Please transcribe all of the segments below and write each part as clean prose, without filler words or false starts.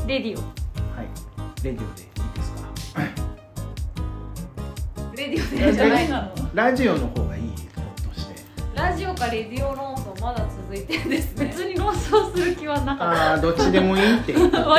レディオ。 はい、レディオでいいですか？ レディオでじゃないの？ ラジオの方がいいとして。 ラジオかレディオ論争まだ続いてるんですね。 別に論争する気はなかった。 ああ、どっちでもいいって言ってたから。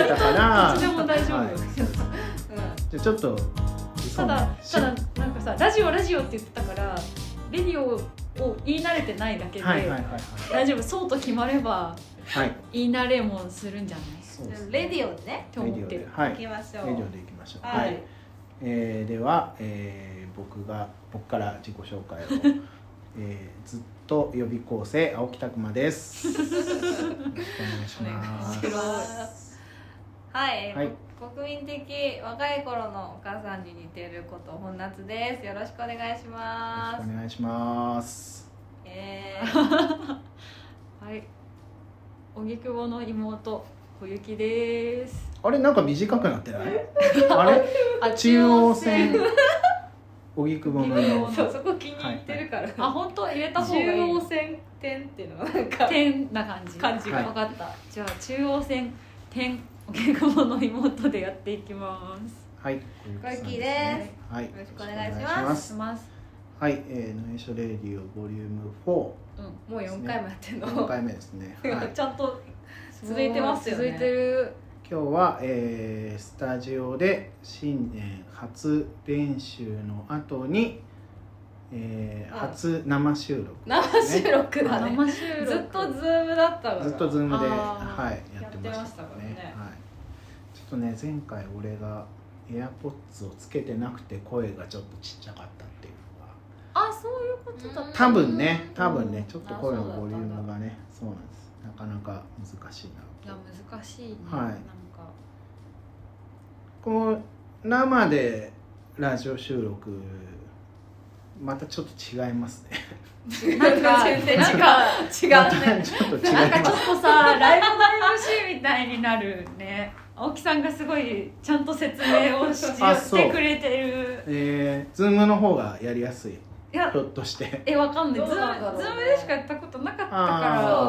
どっちでも大丈夫。 はい、じゃあちょっとただなんかさ、ラジオって言ってたからレディオを言い慣れてないだけで、大丈夫。そうと決まれば、 はい、 言い慣れもするんじゃない？ そうですね、レディオでねって思ってる。 はい、行きましょう。 レディオで行きましょう。 はい。 では、僕から自己紹介を、ずっと予備校生青木拓磨です。よろしくお願いします。 はい、国民的若い頃のお母さんに似てること本夏です。よろしくお願いします。 よろしくお願いします。 はい、荻窪の妹小雪です。 あれ、なんか短くなってない？あれ？中央線荻窪の妹。 そう、そこ気に入ってるから。 あ、本当入れた方がいい。 中央線点っていうのがなんか点な感じが分かった。じゃあ中央線点荻窪の妹でやっていきます。 はい、小雪です。はい、よろしくお願いします。 はい、ノイショレディオボリューム4、 もう4回もやってるの。 4回目ですね。 ちゃんと続いてますよね。 続いてる。 今日は、スタジオで新年初練習の後に、初生収録、 生収録だね。 生収録。 ずっとズームだったから。 ずっとズームで、やってましたね。 ちょっとね、前回俺がAirPods をつけてなくて声がちょっとちっちゃかったっていうのが。 あ、そういうことだった。 多分ね、ちょっと声のボリュームがね、そうなんです。なかなか難しいな。 いや、難しいね。 はい。 なんかこう生でラジオ収録またちょっと違いますね。 なんか全然違うね。 ちょっと違います。 ちょっとさ、ライブの MC みたいになるね。青木さんがすごいちゃんと説明をしてくれてる。 ズームの方がやりやすい。 ひょっとして。 わかんない。ズームでしかやったことなかったから。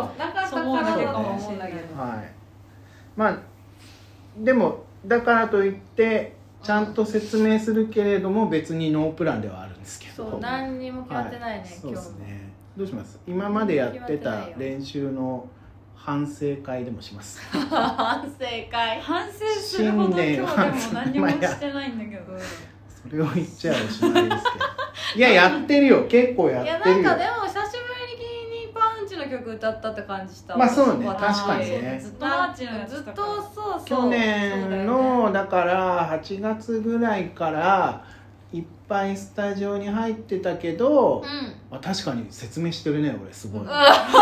なかったからかもしれないけど。 はい。まあでもだからといってちゃんと説明するけれども別にノープランではあるんですけど。 そう、何にも決まってないね。 そうですね。どうします？今までやってた練習の反省会でもします。 反省会。 反省するほど今日でも何もしてないんだけど。 それを言っちゃおしまいですけど。いや、やってるよ。結構やってるよ。 いや、なんかでも久しぶりにパンチの曲歌ったって感じした。 まあそうね、確かにね。 ずっとパンチのやつずっとそう。 去年のだから8月ぐらいからいっぱいスタジオに入ってたけど、確かに説明してるね、俺すごい。 違う。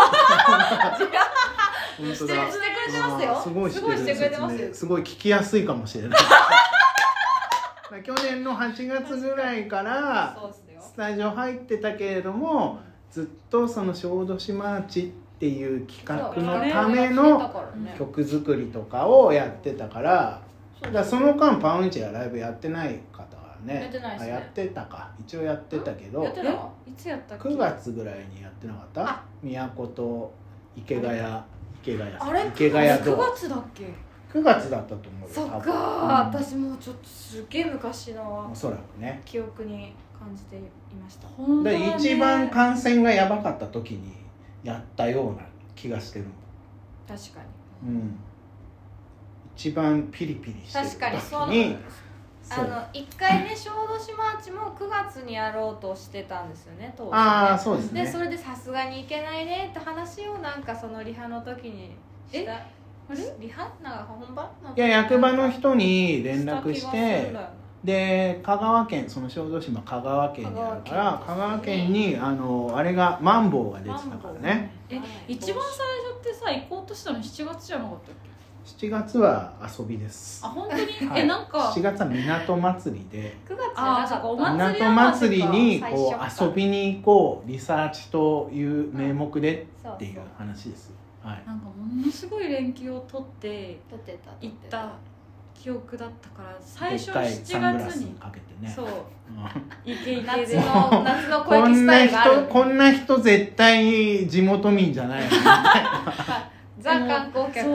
してくれてますよ。 すごいしてくれてますよ。すごい聞きやすいかもしれない。去年の8月ぐらいからスタジオ入ってたけれども、ずっとその小豆島マーチっていう企画のための曲作りとかをやってたから、その間パウンチがライブやってない方はね、やってたか、一応やってたけど、 いつやったっけ ？9月ぐらいにやってなかった？都と池谷あれ 9 月だっけ ？9月だったと思うよ。 そっか、私もうちょっとすげえ昔のおそらくね記憶に感じていました。 で一番感染がやばかった時にやったような気がしてる。 確かに、一番ピリピリしてる時に、 確かに1回ね、小豆島マーチも9月にやろうとしてたんですよね、当時ね。 ああ、そうですね。 でそれでさすがに行けないねって話をなんかそのリハの時にした。リハなんか本番？ いや、役場の人に連絡して、で香川県、その小豆島香川県にあるから香川県にあれがマンボウが出てたからね。 一番最初ってさ、行こうとしたの7月じゃなかったっけ？ 7月は遊びです。 あ、本当に？なんか 7月は港祭りで、 9月じゃなかった。 港祭りにこう遊びに行こう、リサーチという名目でっていう話です。はい、 なんかものすごい連休を取って行った記憶だったから、最初7月にかけてね、 そうイケイケで夏の小雪スタイルがある。 こんな人絶対地元民じゃないのみたいな。 ザ観光客の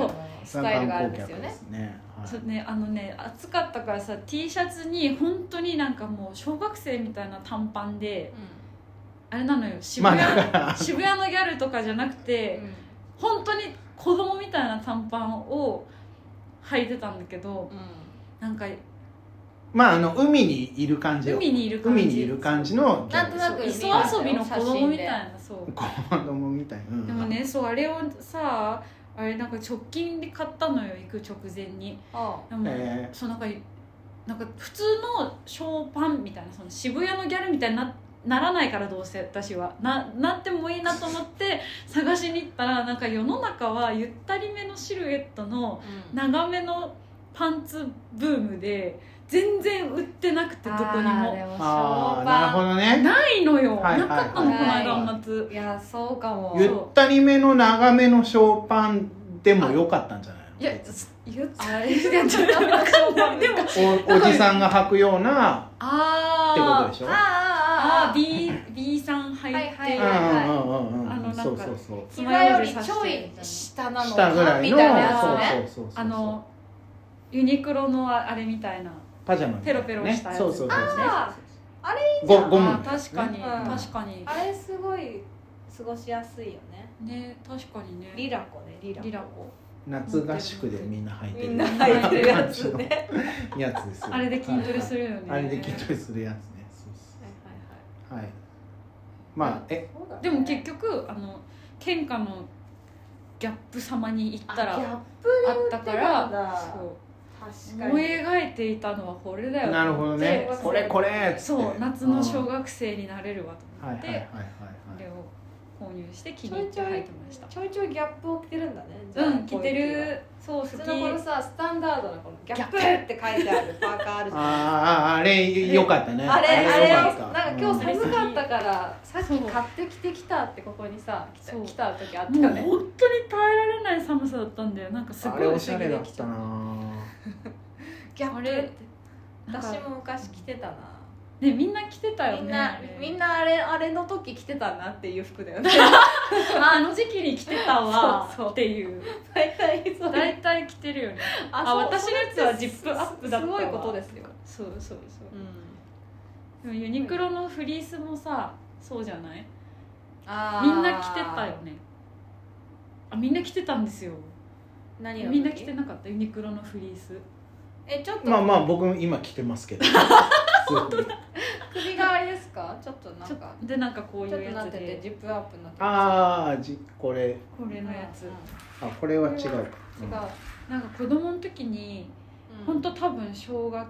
スタイルがあるんですよね。 そうね、暑かったからさ T シャツに本当になんかもう小学生みたいな短パンで、あれなのよ、渋谷のギャルとかじゃなくて、本当に子供みたいな短パンを履いてたんだけど、なんかまあ海にいる感じ海にいる感じのなんとなく磯遊びの子供みたいな、そう子供みたいな、 でもね、そうあれをさ、あれなんか直近で買ったのよ、行く直前に。でも、そうなんか普通のショーパンみたいな、その渋谷のギャルみたいにならないから、どうせ私はなってもいいなと思って探しに行ったら、なんか世の中はゆったりめのシルエットの長めのパンツブームで全然売ってなくて、どこにも。 なるほどね。 ないのよ、なかったの、この間の夏。 いや、そうかも。 ゆったりめの長めのショーパンでもよかったんじゃないの？ いや、あれでもおじさんが履くようなってことでしょ。 B さん履いて、 なんか膝よりちょい下なのかぐらいのみたいなやつね。 ユニクロのあれみたいなパジャマペロペロしたやつ。 あれいいじゃん。 ゴム。 確かに確かに。 あれすごい過ごしやすいよね。 ね、確かにね。 リラコね、リラコ。 夏合宿でみんな履いてる。 みんな履いてるやつね。 やつですよ。 あれで筋トレするよね。 あれで筋トレするやつね。はい。まあでも結局県下のギャップ様に行ったらあったから、思い描いていたのはこれだよ。 なるほどね。これそう夏の小学生になれるわと思って、 これを購入して気に入って履いてました。 ちょいちょいギャップを着てるんだね。 着てる。そう、 普通のこのさ、スタンダードなこのギャップって書いてあるパーカーあるじゃん。 あれよかったね。 あれなんか今日寒かったからさっき買ってきてきたってここにさ来た時あったね。 もう本当に耐えられない寒さだったんだよ。なんかすごいおしゃれだったな。 ギャップって私も昔着てたな。 ね、みんな着てたよね。 みんなあれの時着てたなっていう服だよね。 あの時期に着てたわっていう。大体着てるよね。私のやつはジップアップだったわ。 すごいことですよ。 そう。でもユニクロのフリースもさ、そうじゃない？みんな着てたよね。みんな着てたんですよ。みんな着てなかった？ユニクロのフリース。 ちょっとまあ僕今着てますけど。 本当だ。首があれですか？ちょっとなんかこういうやつでジップアップになってる。これのやつ。 これは違うか。 違う。 なんか子供の時に本当多分小学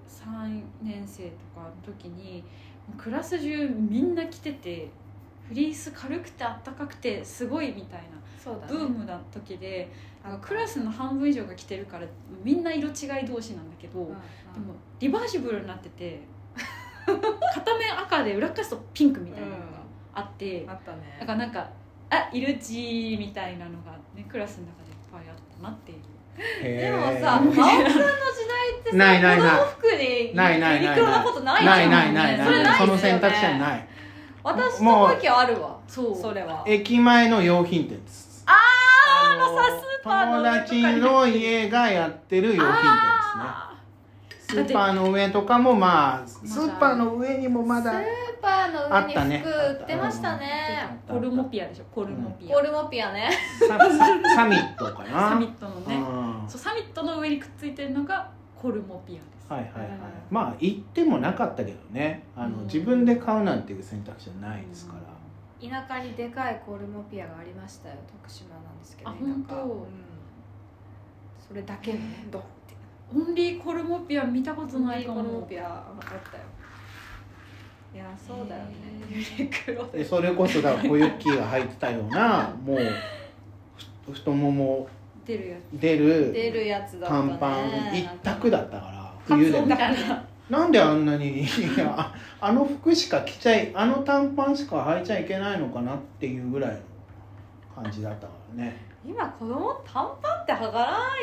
3年生とかの時にクラス中みんな着てて、フリース軽くてあったかくてすごいみたいなブームだ時で、クラスの半分以上が着てるからみんな色違い同士なんだけど、でもリバーシブルになってて片面赤で裏返すとピンクみたいなのがあって、 あったね。 だからなんかいるちみたいなのがね、クラスの中でいっぱいあったなっていう。 でもさ、青木さんの時代ってさ、 ない子供服にユニクロのことないじゃん。 ないそれないその選択肢はない。 私の時はあるわ。 それは駅前の用品店です。 さスーパーの友達の家がやってる用品店ですね。スーパーの上とかもスーパーの上にもまだスーパーの上に服売ってましたね。 コルモピアでしょ。コルモピアね。 サミットかな。 サミットのね。そう、サミットの上にくっついてるのがコルモピアです。 はい。まあ行ってもなかったけどね。自分で買うなんていう選択肢はないですから。 田舎にでかいコルモピアがありましたよ。徳島なんですけど。 本当。 それだけね。ドンって。 オンリーコルモピア見たことないかも。 コルモピアあったよ。いや、そうだよね。ユニクロで。 それこそだから小ユッキーが履いてたようなもう太もも出るやつだったね。 短パン一択だったから冬で。なんであんなにあの服しか着ちゃあの短パンしか履いちゃいけないのかなっていうぐらいの感じだったからね。 今子供短パンって履かない。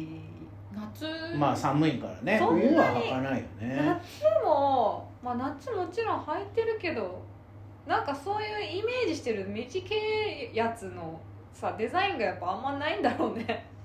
夏寒いからね。冬は履かないよね。 夏も夏もちろん履いてるけど、なんかそういうイメージしてる短いやつのさデザインがやっぱあんまないんだろうね。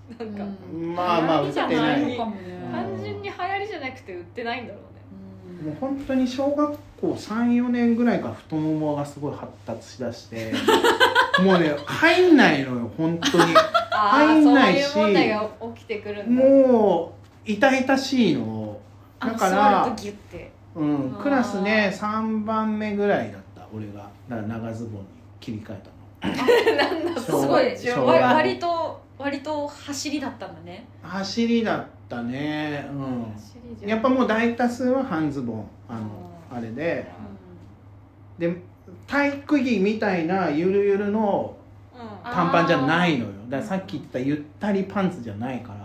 なんか、 まあまあ売ってないのかもね。 単純に流行りじゃなくて売ってないんだろうね。 もう本当に小学校 3,4 年ぐらいから太ももがすごい発達しだしてもうね入んないのよ本当に入んないし、 そういう問題が起きてくるんだ。 もう痛々しいのだから、 座るとギュッて、 クラスで3番目ぐらいだった俺が。だから長ズボンに切り替えたのなんだすごい小学割と走りだったんだね。 走りだったね。やっぱもう大多数は半ズボンあれで、で体育着みたいなゆるゆるの短パンじゃないのよ。だからさっき言ったゆったりパンツじゃないから、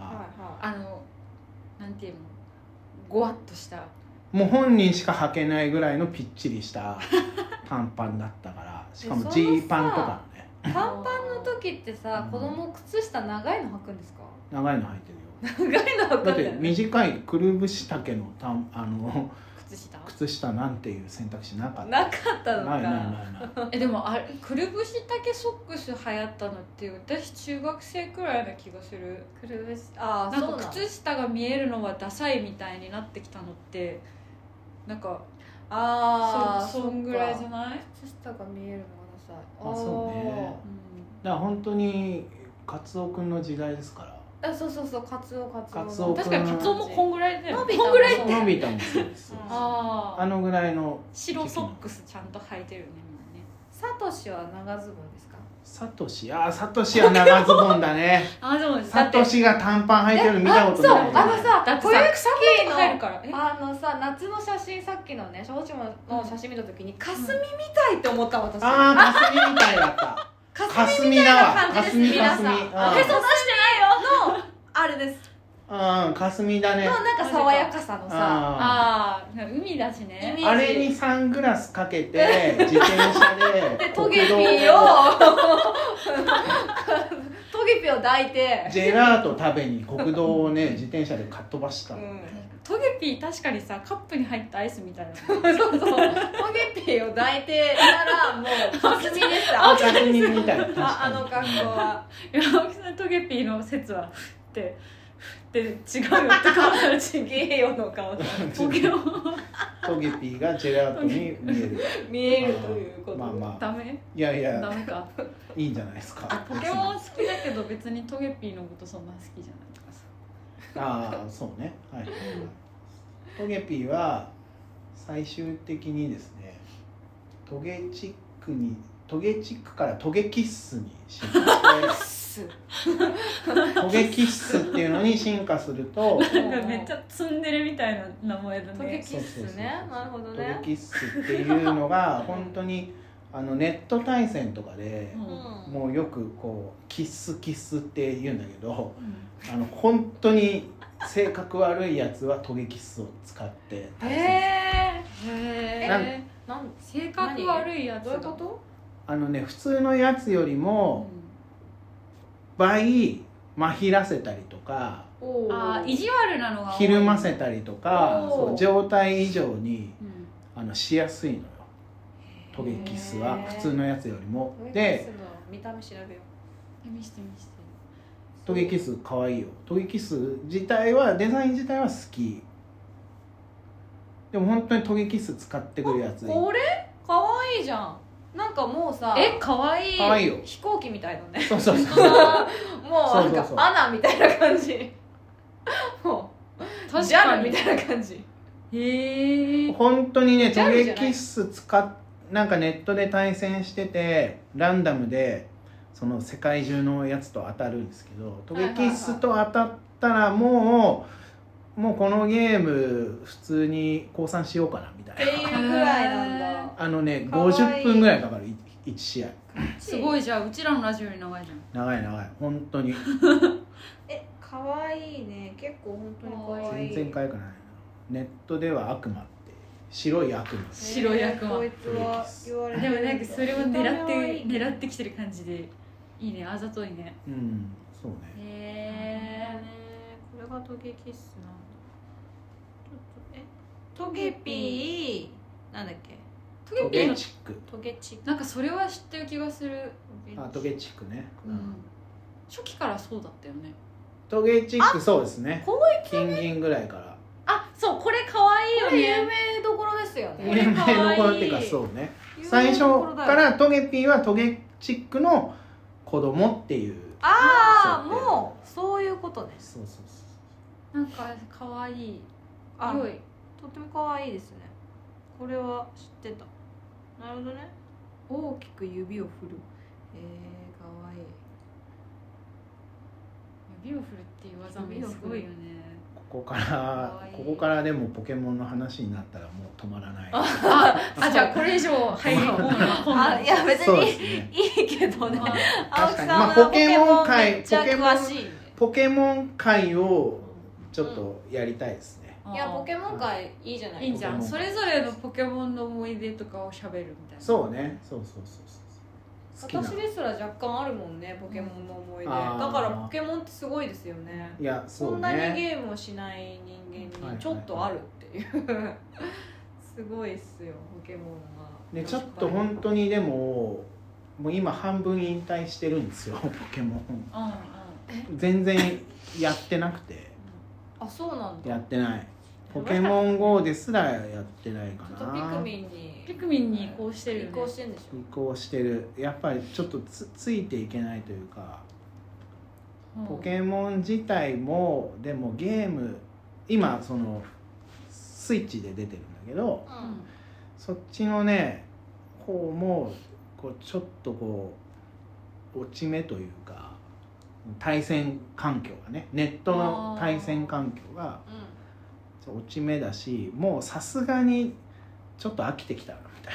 なんていうの、ごわっとした、 もう本人しか履けないぐらいのぴっちりした短パンだったから、しかもジーパンとかね。 短パンの時ってさ、子供靴下長いの履くんですか？ 長いの履いてるよ。 長いの履くんだよね。 だって短いくるぶし丈の靴下なんていう選択肢なかった。 なかったのか。 ないでもくるぶし丈ソックス流行ったのって私中学生くらいな気がする。 くるぶし、 なんか靴下が見えるのはダサいみたいになってきたのってなんかそんぐらいじゃない？ 靴下が見えるのがダサい。 そうね。だから本当にカツオくんの時代ですから。 そうカツオ確かにカツオもこんぐらいだよ。 こんぐらいって伸びたもそうです。あのぐらいの白ソックスちゃんと履いてるよねみんなね。 サトシは長ズボンですか？ サトシは長ズボンだね。サトシが短パン履いてるの見たことない。 そうさ、 だってさ草むら入るから。 夏の写真、さっきのね小島の写真見た時にかすみみたいって思った私。 かすみみたいだった。 かすみみたいな感じです。皆さん。へそ出してないよのあれです。 かすみだね。 のなんか爽やかさのさ。 海だしね。 あれにサングラスかけて自転車でトゲピーを抱いてジェラート食べに国道をね自転車でかっ飛ばした。 トゲピー確かにさカップに入ったアイスみたいな。 そうトゲピーを抱いてたらもうかすみでした。 かすみみたいな。 あの格好は。 青木さんトゲピーの説はって違うよって顔されちげえよの顔されトゲピーがジェラートに見えるということ。 まあダメ？ いやダメか。 いいんじゃないですか。 ポケモン好きだけど別にトゲピーのことそんな好きじゃないとかさ。 そうね。はい。トゲピーは最終的にですね、トゲチックからトゲキッスに進化してトゲキッスっていうのに進化するとめっちゃツンデレみたいな名前だね。 トゲキッスね。なるほどね。 トゲキッスっていうのが本当にネット対戦とかで、もうよくこうキッスって言うんだけど、本当に性格悪いやつはトゲキッスを使って対戦。 性格悪いやつ。 どういうこと？ 普通のやつよりも倍まひらせたりとか、 意地悪なのがひるませたりとか、状態以上にしやすいのよ。トゲキスは普通のやつよりも。で、 見た目調べよう。 見してトゲキス可愛いよ。トゲキス自体はデザイン自体は好き。でも本当にトゲキス使ってくるやつ。 これ可愛いじゃん。なんかもうさ、 可愛い。 可愛いよ。 飛行機みたいのね。 そうもうなんかアナみたいな感じ。もうジャルみたいな感じ。 へえ。 本当にね、トゲキスなんかネットで対戦しててランダムでその世界中のやつと当たるんですけど、トゲキスと当たったらもうこのゲーム普通に降参しようかなみたいな。 っていうぐらいなんだ。 50分ぐらいかかる1試合。 すごい。じゃあうちらのラジオより長いじゃん。 長い本当に。 可愛いね。結構本当に可愛い。 全然可愛くない。ネットでは悪魔って白い悪魔。 白い悪魔。 こいつは言われてでもなんかそれを狙ってきてる感じでいいね。あざといね。 そうね。 これがトゲキスなんだ。トゲピーなんだっけ？ トゲチック。 トゲチック。 なんかそれは知ってる気がする。 トゲチックね。 初期からそうだったよね。 トゲチック、そうですね。 こう金銀ぐらいから。 あ、そう、これ可愛いよね。 これ有名どころですよね。 有名どころっていうか、そうね。最初からトゲピーはトゲチックの子供っていう。 ああ、もうそういうことです。 そうそうそう。 なんか可愛い。 あ、とても可愛いですね。これは知ってた。なるほどね。大きく指を振る。可愛い。 指を振るっていう技もすごいよね。 ここからでもポケモンの話になったらもう止まらない。 じゃあこれ以上入り込むの。 いや別にいいけどね。青木さんはポケモン界、 ポケモン界をちょっとやりたいですね。 いやポケモン界いいじゃない。 いいじゃん。それぞれのポケモンの思い出とかを喋るみたいな。 そうね。そう。 私ですら若干あるもんね、ポケモンの思い出。だからポケモンってすごいですよね。 いや、そうね。 そんなにゲームをしない人間にちょっとあるっていう、すごいっすよポケモンは。 ね、ちょっと本当にでもう今半分引退してるんですよポケモン。全然やってなくて。 あ、そうなんだ。 やってない。ポケモン GO ですらやってないかな。 ピクミンに移行してるよね。移行してるんでしょ。 移行してる。やっぱりちょっとついていけないというか、ポケモン自体もでもゲーム今そのスイッチで出てるんだけど、そっちのねこうもうこうちょっとこう落ち目というか対戦環境がね、ネットの対戦環境が落ち目だし、もうさすがにちょっと飽きてきたみたい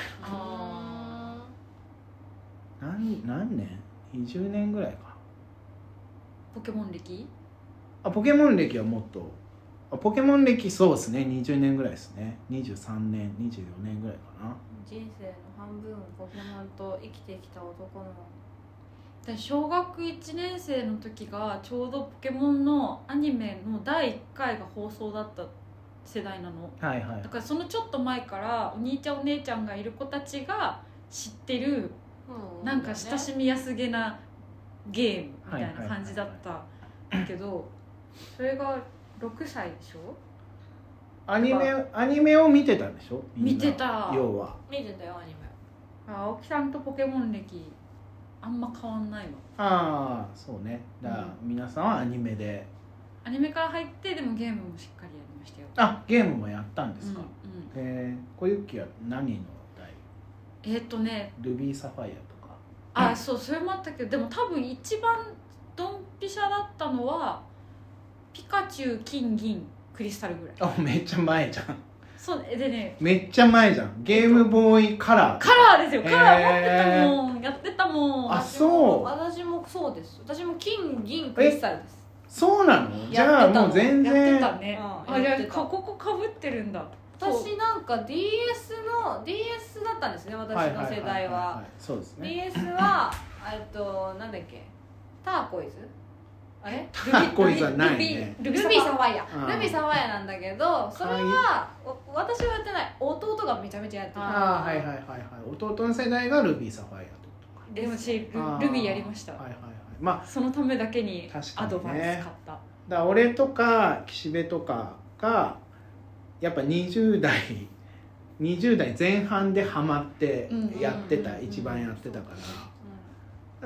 な。何年 ?20 年ぐらいか。 ポケモン歴？ ポケモン歴はもっと。ポケモン歴そうですね、20年ぐらいですね。23年24年ぐらいかな。 人生の半分ポケモンと生きてきた男の。 小学1年生の時がちょうどポケモンのアニメの第1回が放送だった世代なの。だからそのちょっと前からお兄ちゃんお姉ちゃんがいる子たちが知ってる、なんか親しみやすげなゲームみたいな感じだったけど、それが6歳でしょ。 アニメを見てたんでしょ。 見てた。 要は見てたよアニメ。 青木さんとポケモン歴あんま変わんないわ。 ああ、そうね。だから皆さんはアニメで、 アニメから入ってでもゲームもしっかりやりましたよ。 ゲームもやったんですか。小雪は何の代？ ルビーサファイアとか。 そう、それもあったけど、でも多分一番ドンピシャだったのはピカチュウ、金銀、クリスタルぐらい。 めっちゃ前じゃん。 そうでね、 めっちゃ前じゃん。ゲームボーイカラーですよ。カラー持ってたもん、やってたもん。 そう。 私もそうです。私も金銀クリスタルです。 そうなの？じゃあもう全然やってたね。ここかぶってるんだ。 私なんか DS だったんですね、私の世代は。 そうですね。 DS はなんだっけ、ターコイズ、あれターコイズはないね。 ルビーサファイア、ルビーサファイアなんだけど、それは私はやってない。弟がめちゃめちゃやってた。 弟の世代がルビーサファイアってことか。 でも私ルビーやりました。まあそのためだけにアドバイス買った。だから俺とか岸辺とかがやっぱ20代前半でハマってやってた、一番やってたから、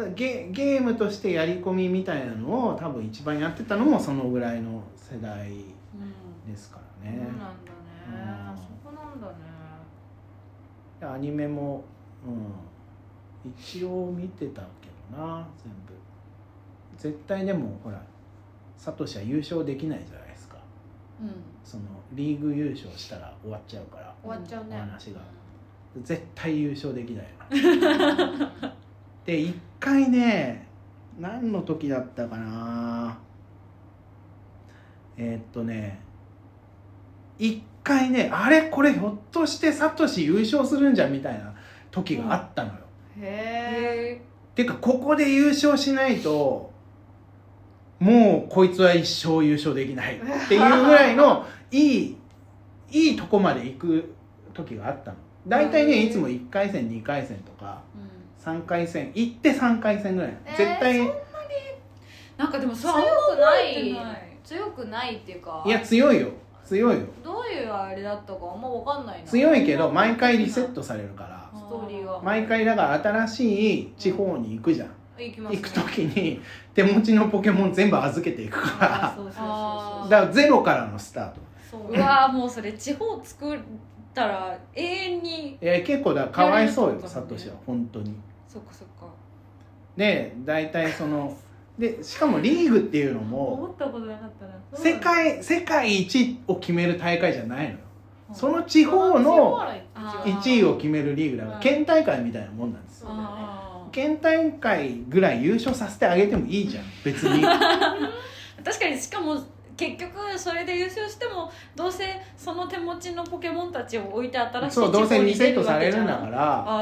ゲームとしてやり込みみたいなのを多分一番やってたのもそのぐらいの世代ですからね。 そうなんだね。そこなんだね。 アニメも、一応見てたけどな、全部。絶対でもほらサトシは優勝できないじゃないですか。そのリーグ優勝したら終わっちゃうから、 終わっちゃうね、 話が。絶対優勝できないで一回ね、何の時だったかな、一回ね、あれこれひょっとしてサトシ優勝するんじゃんみたいな時があったのよ。 へえ。 てかここで優勝しないともうこいつは一生優勝できないっていうぐらいのいいとこまで行く時があったの。大体ね、いつも1回戦2回戦とか3回戦行って3回戦ぐらい、絶対なんかでも強くないっていうか、 いや強いよどういうあれだったかあんま分かんないな。 強いけど毎回リセットされるから、 ストーリーが毎回だから新しい地方に行くじゃん、 行きますね、 行く時に手持ちのポケモン全部預けていくからそうだからゼロからのスタート。 うわーもうそれ地方作ったら永遠に結構だからかわいそうよサトシは本当に。 そっかそっか。 で大体そのでしかもリーグっていうのも思ったことなかったな。 世界一を決める大会じゃないのよ、その地方の1位を決めるリーグだから県大会みたいなもんなんですよ。県大会ぐらい優勝させてあげてもいいじゃん別に確かに。しかも結局それで優勝してもどうせその手持ちのポケモンたちを置いて新しい地方に出るわけじゃん。そうどうせリセットされるんだから。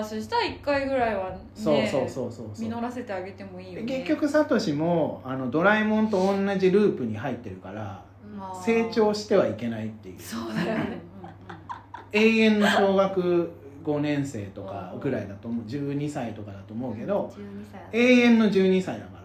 そしたら1回ぐらいはね実らせてあげてもいいよね。 結局サトシもドラえもんと同じループに入ってるから成長してはいけないっていう。 そうだよね永遠の小学5年生とかぐらいだと思う、12歳とかだと思うけど、永遠の12歳だから、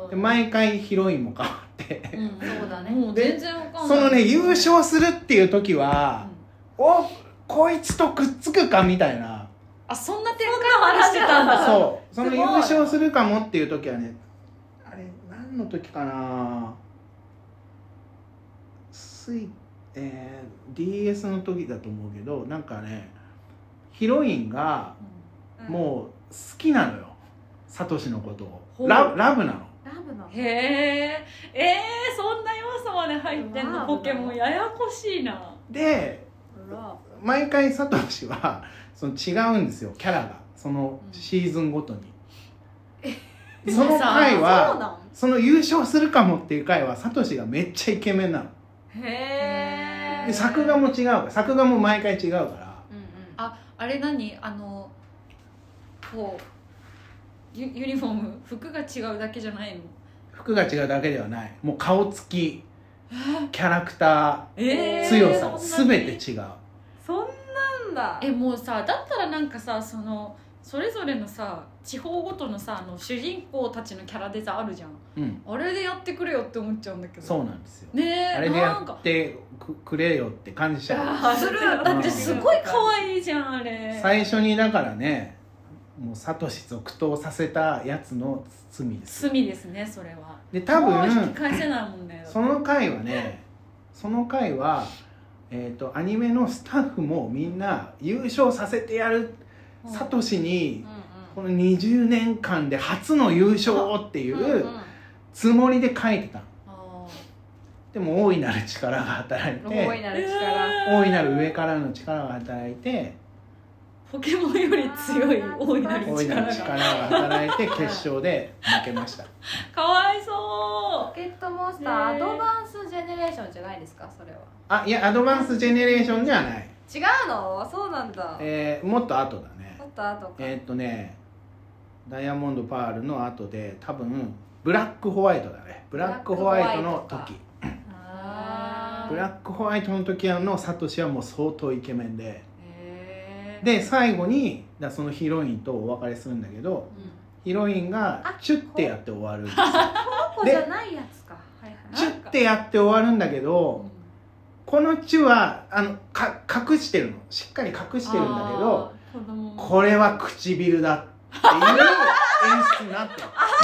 で毎回ヒロインも変わってそうだね。 もう全然わかんない。 そのね優勝するっていう時は、こいつとくっつくかみたいな、 そんな展開までしてたんだ。 そうその優勝するかもっていう時はね、あれ何の時かな、DS の時だと思うけど、なんかねヒロインがもう好きなのよ、サトシのことを。ラブなの。 へえそんな要素まで入ってんのポケモン、ややこしいな。 で毎回サトシはその違うんですよキャラが、そのシーズンごとに。その回はその優勝するかもっていう回はサトシがめっちゃイケメンなの。 へえ。 で作画も違うから、作画も毎回違うから。 あれ何こうユニフォーム服が違うだけじゃないの？ 服が違うだけではない、もう顔つきキャラクター、強さ全て違う。 そんなんだ。 もうさ、だったらなんかさ、それぞれのさ地方ごとのさ主人公たちのキャラデザあるじゃん、あれでやってくれよって思っちゃうんだけど。 そうなんですよね。 あれでやってくれよって感じしちゃう。 だってすごい可愛いじゃんあれ。 最初にだからね、もうサトシ続投させたやつの罪です。 罪ですねそれは。 で多分引き返せないもんね。 その回はアニメのスタッフもみんな優勝させてやる、サトシにこの20年間で初の優勝っていうつもりで書いてた。でも大いなる力が働いて、 大いなる上からの力が働いて、 ポケモンより強い大いなる力が働いて決勝で負けました。 かわいそう。 ポケットモンスターアドバンスジェネレーションじゃないですかそれは。 いやアドバンスジェネレーションじゃない。 違うの？そうなんだ。 もっと後だね。 もっと後か。 ダイヤモンドパールの後で多分ブラックホワイトだね。ブラックホワイトの時。ブラックホワイトの時のサトシはもう相当イケメンで、で最後にそのヒロインとお別れするんだけど、ヒロインがチュッてやって終わるんですよ。 この子じゃないやつか。 チュッてやって終わるんだけど、このチュは隠してるの、しっかり隠してるんだけど、これは唇だっていう演出になってる。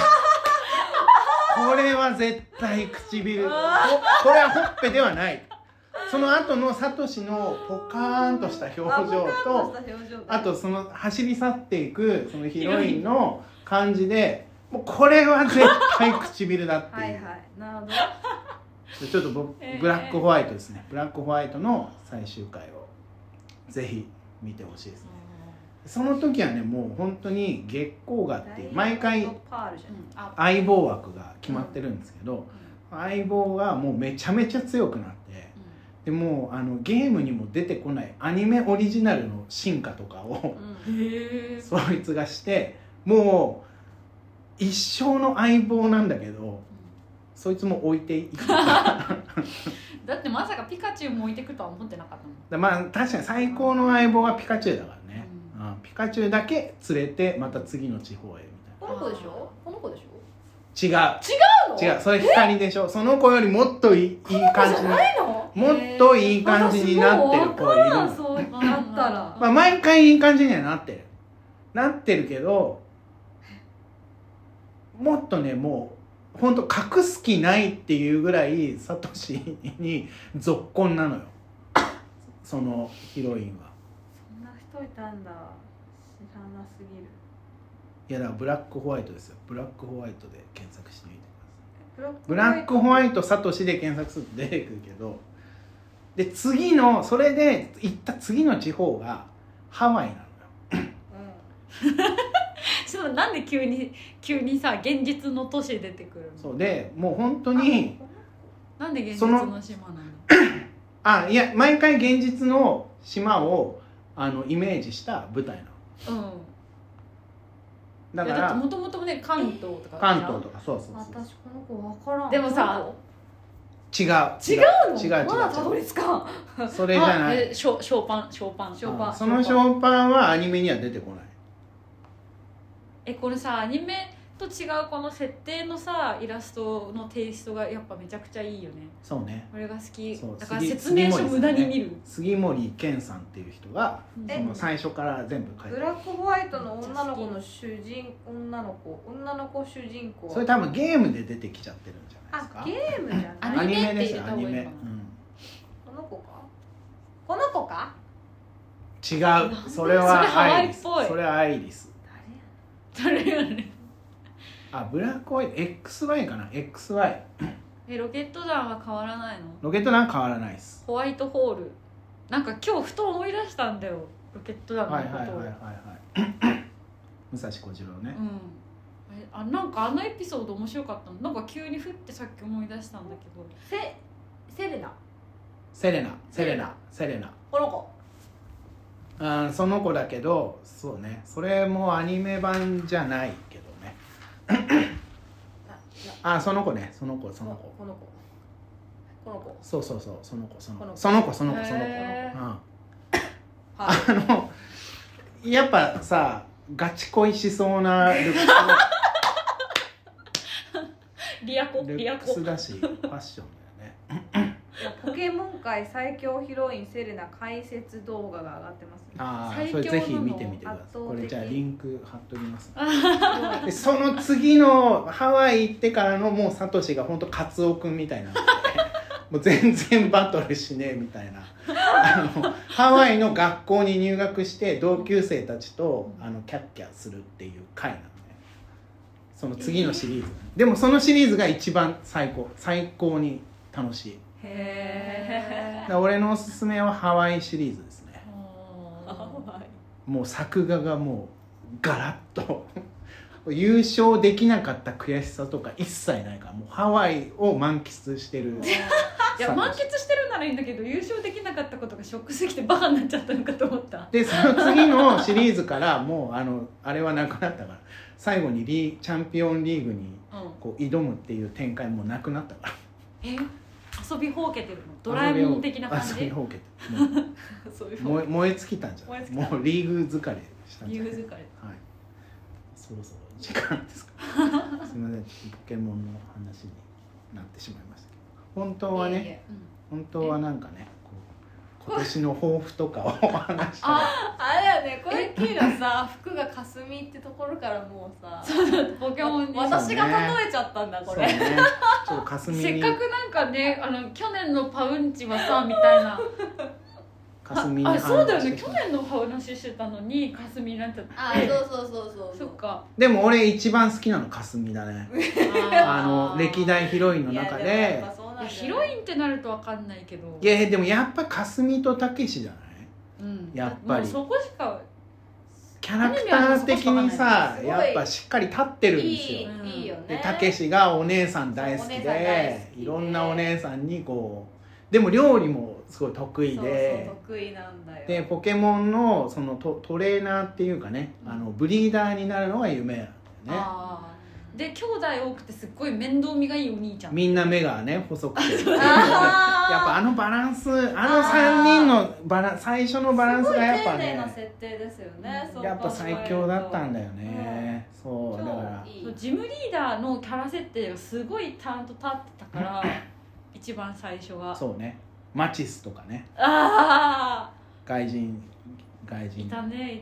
これは絶対唇、これはほっぺではない。その後のサトシのポカーンとした表情と、あとその走り去っていくそのヒロインの感じで、もうこれは絶対唇だっていう。 なるほど。 ちょっとブラックホワイトですね。ブラックホワイトの最終回をぜひ見てほしいですね。その時はね、もう本当に月光河っていう毎回相棒枠が決まってるんですけど、相棒がもうめちゃめちゃ強くなって、でもうゲームにも出てこないアニメオリジナルの進化とかを、そいつがして、もう一生の相棒なんだけど、そいつも置いていっただってまさかピカチュウも置いてくとは思ってなかったもん。 まあ確かに最高の相棒がピカチュウだからね、ピカチュウだけ連れてまた次の地方へみたいな。 この子でしょ？この子でしょ？ 違うの？ 違う、それ光でしょ。その子よりもっといい感じに、もっといい感じになってる子いるの。 そうなったら、 まあ、毎回いい感じにはなってるけど、もっとね、もうほんと隠す気ないっていうぐらいサトシにぞっこんなのよ、そのヒロインは。 そんな人いたんだ、知らなすぎる。 いやだからブラックホワイトですよ。ブラックホワイトで検索してみてください。ブラックホワイトサトシで検索すると出てくるけど、で次のそれで行った次の地方がハワイなのよ。 ちょっとなんで急にさ現実の都市出てくるの？ そうで、もう本当になんで現実の島なの？ あ、いや、毎回現実の島をイメージした舞台なの。だからもともとね関東とか関東とか、そうそうそう。 私この子分からん。 でもさ違うの？まだたどり着かん。 それじゃない。 ショーパンそのショーパンはアニメには出てこない。 これさアニメと違うこの設定のさイラストのテイストがやっぱめちゃくちゃいいよね。 そうね、 これが好き。 そうだから説明書無駄に見る。 杉森健さんっていう人がその最初から全部書いてる。 ブラックホワイトの女の子の女の子主人公、 それ多分ゲームで出てきちゃってるんじゃないですか。 ゲームじゃない、 アニメですって言った方がいいかな。 この子か、この子か。 違う、それはアイリス。 それハワイっぽい。 それはアイリス。 誰やねん。 あ、ブラックホワイト XY かな。 XY。 ロケット団は変わらないの？ ロケット団は変わらないです。 ホワイトホール、なんか今日ふと思い出したんだよ、ロケット団のことを。 はい武蔵小次郎ね。 なんかエピソード面白かったの。なんか急にふってさっき思い出したんだけど、 セレナこの子。 その子だけど、そうね、それもアニメ版じゃないけどね。その子ね、その子そうその子、やっぱさガチ恋しそうなルックスリアコだし、ファッションだよね。 ポケモン界最強ヒロインセレナ解説動画が上がってますね。 それぜひ見てみてください。これじゃあリンク貼っときますね。でその次のハワイ行ってからのもうサトシが本当カツオくんみたいなもう全然バトルしねえみたいなハワイの学校に入学して同級生たちとキャッキャするっていう回なのね。その次のシリーズ、でもそのシリーズが一番最高に楽しい。俺のおすすめはハワイシリーズですね。もう作画がもうガラッと優勝できなかった悔しさとか一切ないから、もうハワイを満喫してるいや満喫してるならいいんだけど、優勝できなかったことがショックすぎてバカになっちゃったのかと思った。 でその次のシリーズからもうあれはなくなったから、最後にチャンピオンリーグにこう挑むっていう展開もなくなったから。 遊びほうけてるの？ドラえもん的な感じ？ 遊びほうけて燃え尽きたんじゃない？もうリーグ疲れしたんじゃない？ リーグ疲れ。 はい。そろそろ時間ですか？すみません、ポケモンの話になってしまいましたけど、本当はね、本当はなんかね、今年の抱負とかをお話して。 あれだよね、これっきりのさ服が霞ってところからもうさポケモンに私が例えちゃったんだこれ。 そうね、ちょっと霞にせっかくなんかね去年のパウンチはさみたいな霞にそうだよね、去年の話してたのに霞になっちゃって。 そうそっか。 でも俺一番好きなの霞だね。歴代ヒロインの中で。 ヒロインってなると分かんないけど、 いやでもやっぱ霞とたけしじゃない、やっぱりそこしかキャラクター的にさやっぱしっかり立ってるんですよ。 いいよね。 でたけしがお姉さん大好きでいろんなお姉さんにこう、でも料理もすごい得意で、 得意なんだよ。 でポケモンのそのトレーナーっていうかね、ブリーダーになるのが夢なんだよね。 で兄弟多くてすっごい面倒見がいいお兄ちゃん、 みんな目がね細くてやっぱバランス3人の最初のバランスがやっぱねすごい丁寧な設定ですよね、 やっぱ最強だったんだよね、そうだからジムリーダーのキャラ設定がすごいちゃんと立ってたから一番最初がそうね、マチスとかね、外人いたね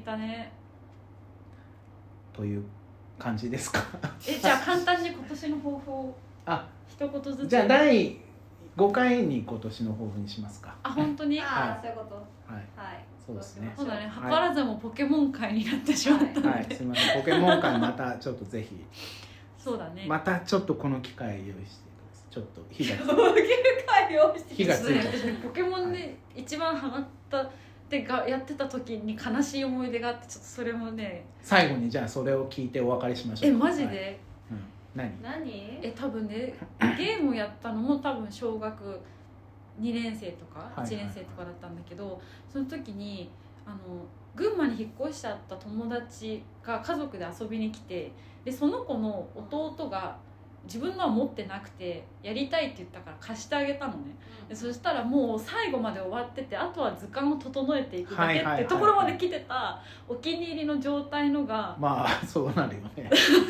という感じですかじゃあ簡単に今年の抱負を一言ずつ。 じゃあ第5回に今年の抱負にしますか。 本当にそういうこと。 はい、そうですね。 そうだね、図らずもポケモン界になってしまったので、 はい、すみません、ポケモン界またちょっとぜひそうだね、 またちょっとこの機会用意してちょっと火がついてポケモンで一番ハマったってやってた時に悲しい思い出があって、ちょっとそれもね、 最後にじゃあそれを聞いてお別れしましょう。 マジで、 何多分ねゲームをやったのも多分小学2年生とか1年生とかだったんだけど、その時に群馬に引っ越しちゃった友達が家族で遊びに来て、でその子の弟が自分のは持ってなくてやりたいって言ったから貸してあげたのね、でそしたらもう最後まで終わってて、あとは図鑑を整えていくだけってところまで来てたお気に入りの状態のが、 まあそうなるよね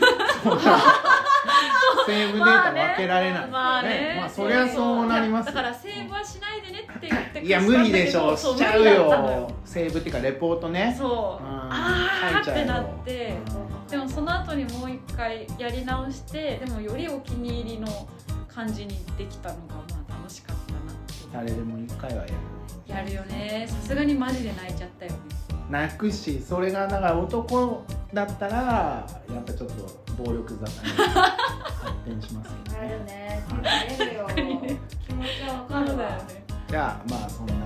セーブデータ分けられないですよね。まあそりゃそうなります。 だからセーブはしないでねって言っていや無理でしょ、しちゃうよ。セーブっていうかレポートね。 そうってなって、でもその後にもう一回やり直して、でもよりお気に入りの感じにできたのがまあ楽しかったなって。 誰でも一回はやるよね。さすがにマジで泣いちゃったよね。 泣くし、それがだから男だったらやっぱちょっと暴力沙汰に発展しますけどね。 なるね。出るよ。気持ちはわかるわ。 じゃあまあそんな